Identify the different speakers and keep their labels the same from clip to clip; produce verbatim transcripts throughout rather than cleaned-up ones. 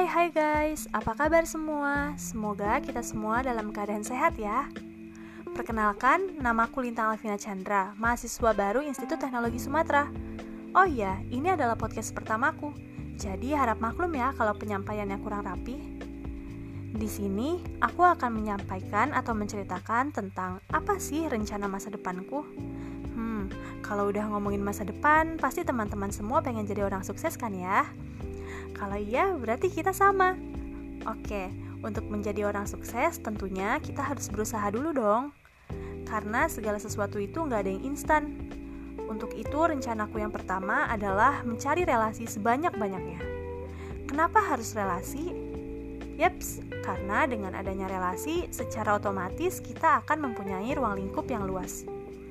Speaker 1: Hai hai guys, apa kabar semua? Semoga kita semua dalam keadaan sehat ya. Perkenalkan, namaku Lintang Alvina Chandra, mahasiswa baru Institut Teknologi Sumatera. Oh iya, ini adalah podcast pertamaku, jadi harap maklum ya kalau penyampaiannya kurang rapi. Di sini, aku akan menyampaikan atau menceritakan tentang apa sih rencana masa depanku. Hmm, kalau udah ngomongin masa depan, pasti teman-teman semua pengen jadi orang sukses kan ya? Kalau iya, berarti kita sama. Oke, untuk menjadi orang sukses tentunya kita harus berusaha dulu dong. Karena segala sesuatu itu nggak ada yang instan. Untuk itu rencanaku yang pertama adalah mencari relasi sebanyak-banyaknya. Kenapa harus relasi? Yeps, karena dengan adanya relasi secara otomatis kita akan mempunyai ruang lingkup yang luas.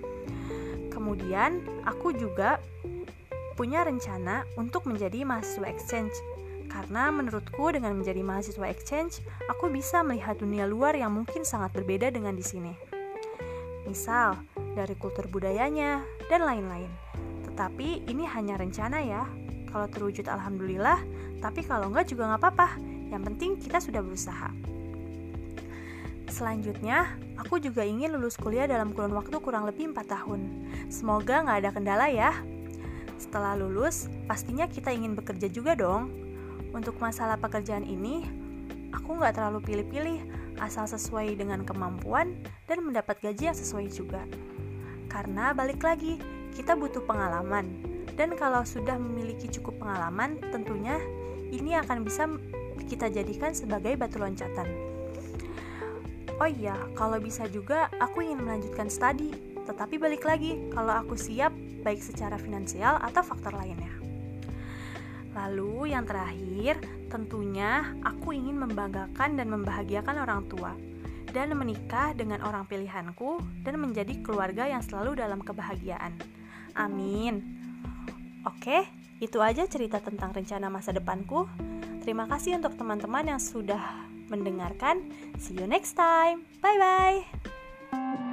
Speaker 1: Kemudian aku juga punya rencana untuk menjadi mahasiswa exchange. Karena menurutku dengan menjadi mahasiswa exchange, aku bisa melihat dunia luar yang mungkin sangat berbeda dengan di sini. Misal, dari kultur budayanya, dan lain-lain. Tetapi ini hanya rencana ya. Kalau terwujud alhamdulillah, tapi kalau enggak juga nggak apa-apa. Yang penting kita sudah berusaha. Selanjutnya, aku juga ingin lulus kuliah dalam kurun waktu kurang lebih empat tahun. Semoga nggak ada kendala ya. Setelah lulus, pastinya kita ingin bekerja juga dong. Untuk masalah pekerjaan ini, aku nggak terlalu pilih-pilih, asal sesuai dengan kemampuan dan mendapat gaji yang sesuai juga. Karena balik lagi, kita butuh pengalaman. Dan kalau sudah memiliki cukup pengalaman, tentunya ini akan bisa kita jadikan sebagai batu loncatan. Oh iya, kalau bisa juga aku ingin melanjutkan studi. Tetapi balik lagi, kalau aku siap, baik secara finansial atau faktor lainnya. Lalu yang terakhir, tentunya aku ingin membanggakan dan membahagiakan orang tua dan menikah dengan orang pilihanku dan menjadi keluarga yang selalu dalam kebahagiaan. Amin. Oke, itu aja cerita tentang rencana masa depanku. Terima kasih untuk teman-teman yang sudah mendengarkan. See you next time. Bye-bye.